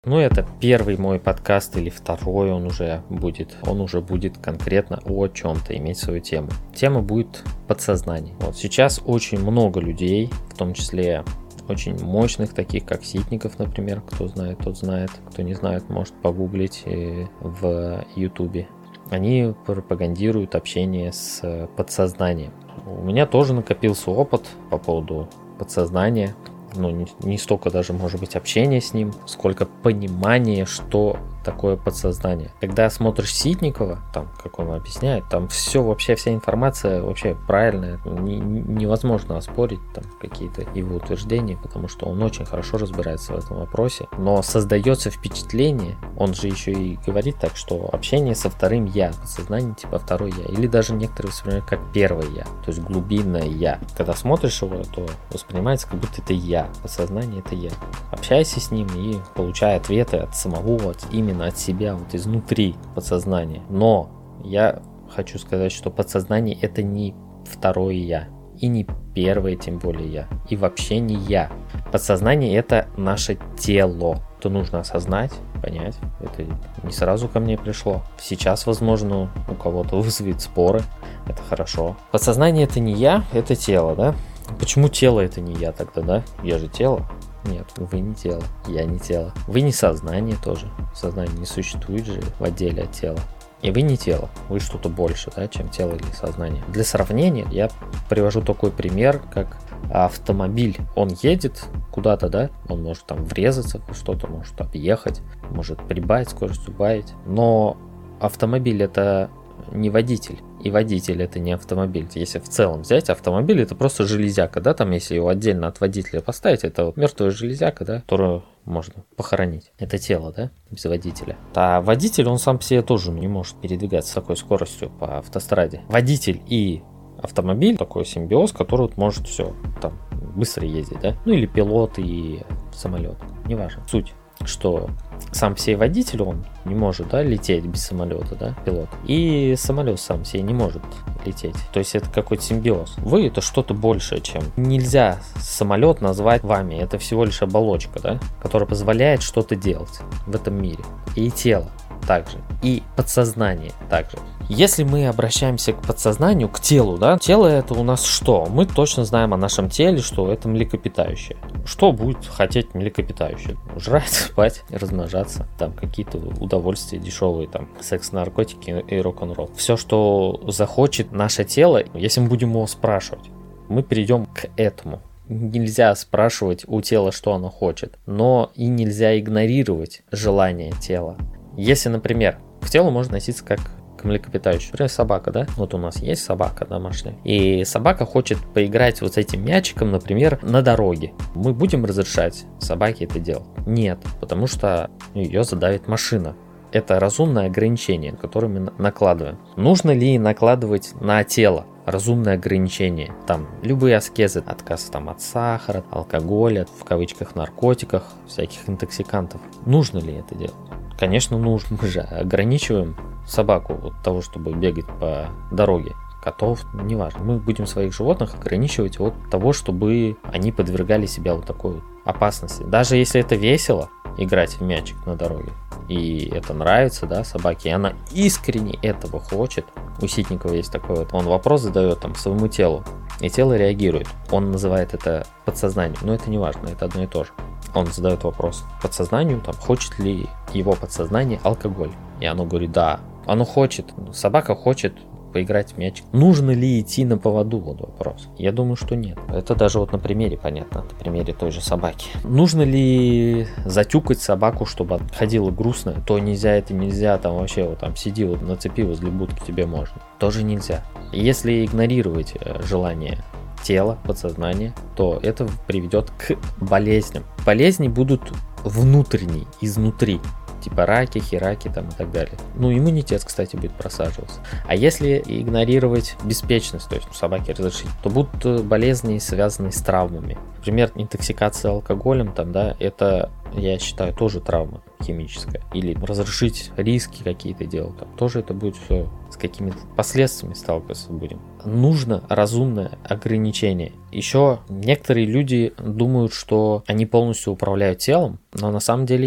Ну, это первый мой подкаст или второй он уже будет конкретно о чем-то, иметь свою тему. Тема будет подсознание. Вот сейчас очень много людей, в том числе очень мощных, таких как Ситников, например. Кто знает, тот знает. Кто не знает, может погуглить в Ютубе. Они пропагандируют общение с подсознанием. У меня тоже накопился опыт по поводу подсознания. Ну, не столько даже, может быть, общение с ним, сколько понимание, что такое подсознание. Когда смотришь Ситникова, там, как он объясняет, там все, вообще вся информация вообще правильная, невозможно оспорить там какие-то его утверждения, потому что он очень хорошо разбирается в этом вопросе, но создается впечатление, он же еще и говорит так, что общение со вторым я, подсознание типа второй я, или даже некоторые воспринимают как первое я, то есть глубинное я. Когда смотришь его, то воспринимается, как будто это я, подсознание это я. Общайся с ним и получай ответы от самого, именно от себя, вот изнутри подсознания. Но я хочу сказать, что подсознание это не второе я. И не первое, тем более я. И вообще не я. Подсознание это наше тело. Это нужно осознать, понять. Это не сразу ко мне пришло. Сейчас, возможно, у кого-то вызовет споры. Это хорошо. Подсознание это не я, это тело, да? Почему тело это не я тогда, да? Я же тело. Нет, вы не тело, я не тело. Вы не сознание тоже. Сознание не существует же в отделе от тела. И вы не тело, вы что-то больше, да, чем тело или сознание. Для сравнения я привожу такой пример, как автомобиль. Он едет куда-то, да, он может там врезаться в что-то, может объехать, может прибавить скорость, убавить. Но автомобиль это не водитель. И водитель это не автомобиль. Если в целом взять, автомобиль это просто железяка, да, там если его отдельно от водителя поставить, это вот мертвая железяка, да, которую можно похоронить. Это тело, да, без водителя. А водитель, он сам по себе тоже не может передвигаться с такой скоростью по автостраде. Водитель и автомобиль такой симбиоз, который вот может все там быстро ездить, да, ну или пилот и самолет, неважно. Суть, что сам себе водитель, он не может, да, лететь без самолета, да, пилот. И самолет сам себе не может лететь. То есть это какой-то симбиоз. Вы это что-то большее, чем. Нельзя самолет назвать вами. Это всего лишь оболочка, да, которая позволяет что-то делать в этом мире. И тело также. И подсознание также. Если мы обращаемся к подсознанию, к телу, да, тело это у нас что? Мы точно знаем о нашем теле, что это млекопитающее. Что будет хотеть млекопитающее? Жрать, спать, размножаться, там какие-то удовольствия дешевые, там секс, наркотики и рок-н-ролл. Все, что захочет наше тело, если мы будем его спрашивать, мы перейдем к этому. Нельзя спрашивать у тела, что оно хочет, но и нельзя игнорировать желание тела. Если, например, к телу можно относиться как к млекопитающему. Например, собака, да? Вот у нас есть собака домашняя. И собака хочет поиграть вот с этим мячиком, например, на дороге. Мы будем разрешать собаке это делать? Нет, потому что ее задавит машина. Это разумное ограничение, которое мы накладываем. Нужно ли накладывать на тело разумное ограничение? Там любые аскезы, отказ там от сахара, алкоголя, в кавычках наркотиках, всяких интоксикантов. Нужно ли это делать? Конечно, нужно. Мы же ограничиваем собаку от того, чтобы бегать по дороге. Котов, неважно. Мы будем своих животных ограничивать от того, чтобы они подвергали себя вот такой вот опасности. Даже если это весело, играть в мячик на дороге, и это нравится, да, собаке, и она искренне этого хочет. У Ситникова есть такой вот, он вопрос задает там своему телу, и тело реагирует. Он называет это подсознанием, но это не важно, это одно и то же. Он задает вопрос подсознанию, там, хочет ли его подсознание алкоголь. И оно говорит, да, оно хочет, собака хочет поиграть в мячик. Нужно ли идти на поводу? Вот вопрос. Я думаю, что нет. Это даже вот на примере понятно, на примере той же собаки. Нужно ли затюкать собаку, чтобы ходила грустная? То нельзя, это нельзя, там вообще вот там сиди вот на цепи возле будки, тебе можно. Тоже нельзя. Если игнорировать желание тела, подсознания, то это приведет к болезням. Болезни будут внутренние, изнутри. Типа раки, хераки там и так далее. Ну, иммунитет, кстати, будет просаживаться. А если игнорировать беспечность, то есть собаке разрешить, то будут болезни, связанные с травмами. Например, интоксикация алкоголем, там, да, это, я считаю, тоже травма химическая. Или разрешить риски какие-то делать, там, тоже это будет все с какими-то последствиями сталкиваться будем. Нужно разумное ограничение. Еще некоторые люди думают, что они полностью управляют телом, но на самом деле нет.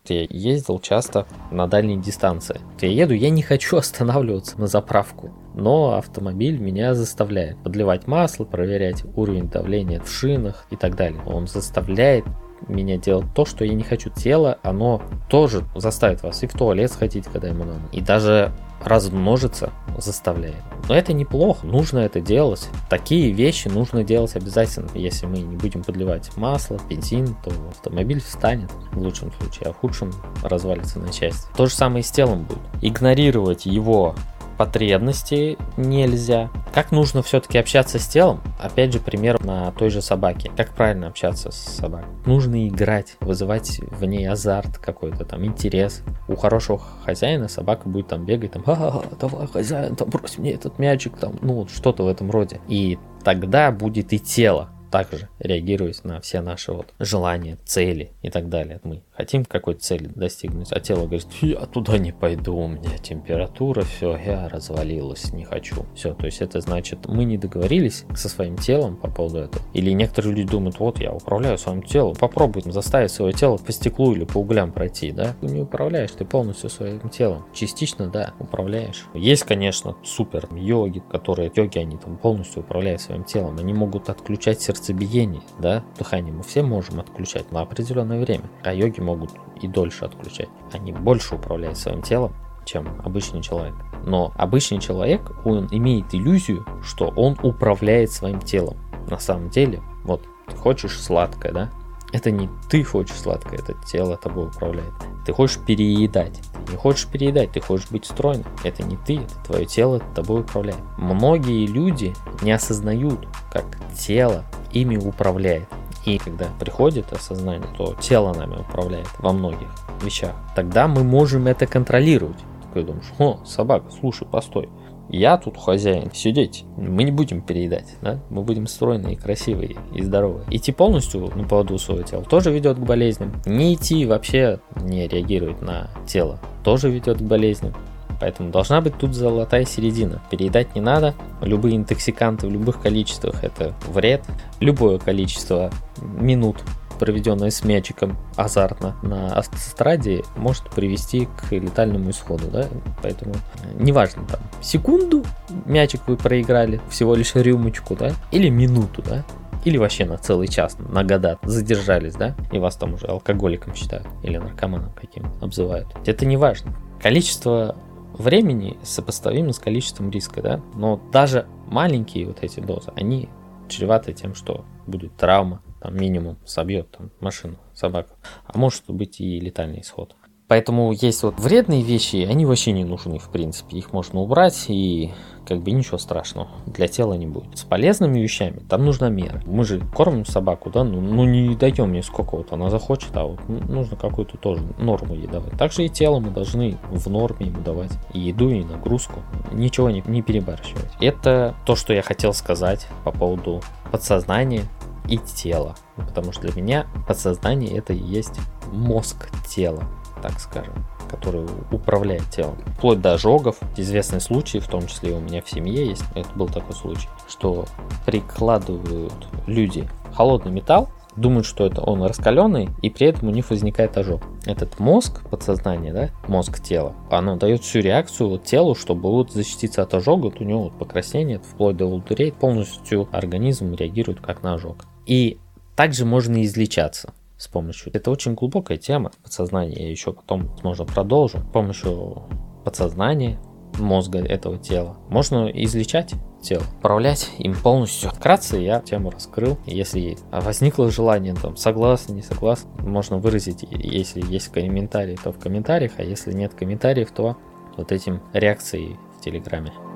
Я ездил часто на дальние дистанции. Я еду, я не хочу останавливаться на заправку, но автомобиль меня заставляет подливать масло, проверять уровень давления в шинах и так далее. Он заставляет меня делать то, что я не хочу. Тело, оно тоже заставит вас и в туалет сходить, когда ему надо, и даже размножиться заставляет. Но это неплохо, нужно это делать. Такие вещи нужно делать обязательно. Если мы не будем подливать масло, бензин, то автомобиль встанет в лучшем случае, а в худшем развалится на части. То же самое и с телом будет. Игнорировать его потребности нельзя. Как нужно все-таки общаться с телом? Опять же, пример на той же собаке. Как правильно общаться с собакой? Нужно играть, вызывать в ней азарт какой-то, там, интерес. У хорошего хозяина собака будет там бегать, там, давай, хозяин, там, брось мне этот мячик, там, ну, что-то в этом роде. И тогда будет и тело также реагировать на все наши вот желания, цели и так далее. Мы хотим какой-то цели достигнуть, а тело говорит: я туда не пойду, у меня температура, все, я развалилась, не хочу. Все, то есть это значит, мы не договорились со своим телом по поводу этого. Или некоторые люди думают: вот я управляю своим телом, попробуй заставить свое тело по стеклу или по углям пройти, да? Ты не управляешь, ты полностью своим телом. Частично, да, управляешь. Есть, конечно, супер йоги, они там полностью управляют своим телом, они могут отключать сердцебиение, да, дыхание мы все можем отключать на определенное время, а йоги могут и дольше отключать. Они больше управляют своим телом, чем обычный человек. Но обычный человек, он имеет иллюзию, что он управляет своим телом. На самом деле, вот, ты хочешь сладкое, да? Это не ты хочешь сладкое, это тело тобой управляет. Ты хочешь переедать. Ты не хочешь переедать, ты хочешь быть стройным. Это не ты, это твое тело тобой управляет. Многие люди не осознают, как тело ими управляет. И когда приходит осознание, то тело нами управляет во многих вещах. Тогда мы можем это контролировать. Ты думаешь: собака, слушай, постой. Я тут хозяин, сидеть. Мы не будем переедать, да? Мы будем стройные, красивые и здоровые. Идти полностью на поводу своего тела тоже ведет к болезням. Не идти вообще, не реагировать на тело, тоже ведет к болезням. Поэтому должна быть тут золотая середина. Переедать не надо. Любые интоксиканты в любых количествах — это вред. Любое количество минут, проведенное с мячиком азартно на автостраде, может привести к летальному исходу, да? Поэтому неважно, там, секунду мячик вы проиграли, всего лишь рюмочку, да? Или минуту, да? Или вообще на целый час, на года задержались, да? И вас там уже алкоголиком считают или наркоманом каким обзывают. Это не важно. Количество времени сопоставимо с количеством риска, да? Но даже маленькие вот эти дозы, они чреваты тем, что будет травма, там минимум собьет там машину, собаку, а может быть и летальный исход. Поэтому есть вот вредные вещи, они вообще не нужны в принципе, их можно убрать и как бы ничего страшного для тела не будет. С полезными вещами там нужна мера. Мы же кормим собаку, да, ну не даем ей сколько вот она захочет, а вот нужно какую-то тоже норму ей давать. Также и тело мы должны в норме ему давать и еду, и нагрузку, ничего не перебарщивать. Это то, что я хотел сказать по поводу подсознания и тела, потому что для меня подсознание — это и есть мозг тела, так скажем, который управляет телом. Вплоть до ожогов. Известные случаи, в том числе и у меня в семье есть, это был такой случай, что прикладывают люди холодный металл, думают, что это он раскаленный, и при этом у них возникает ожог. Этот мозг, подсознание, да, мозг тела, оно дает всю реакцию вот телу, чтобы вот защититься от ожога. Вот у него вот покраснение, вплоть до волдырей, полностью организм реагирует как на ожог. И также можно излечаться с помощью. Это очень глубокая тема подсознания. Я еще потом, возможно, продолжу. С помощью подсознания, мозга этого тела можно излечать тело, управлять им полностью. Вкратце я тему раскрыл. Если возникло желание, там, согласен, не согласен, можно выразить. Если есть комментарии, то в комментариях, а если нет комментариев, то вот этим реакцией в Телеграме.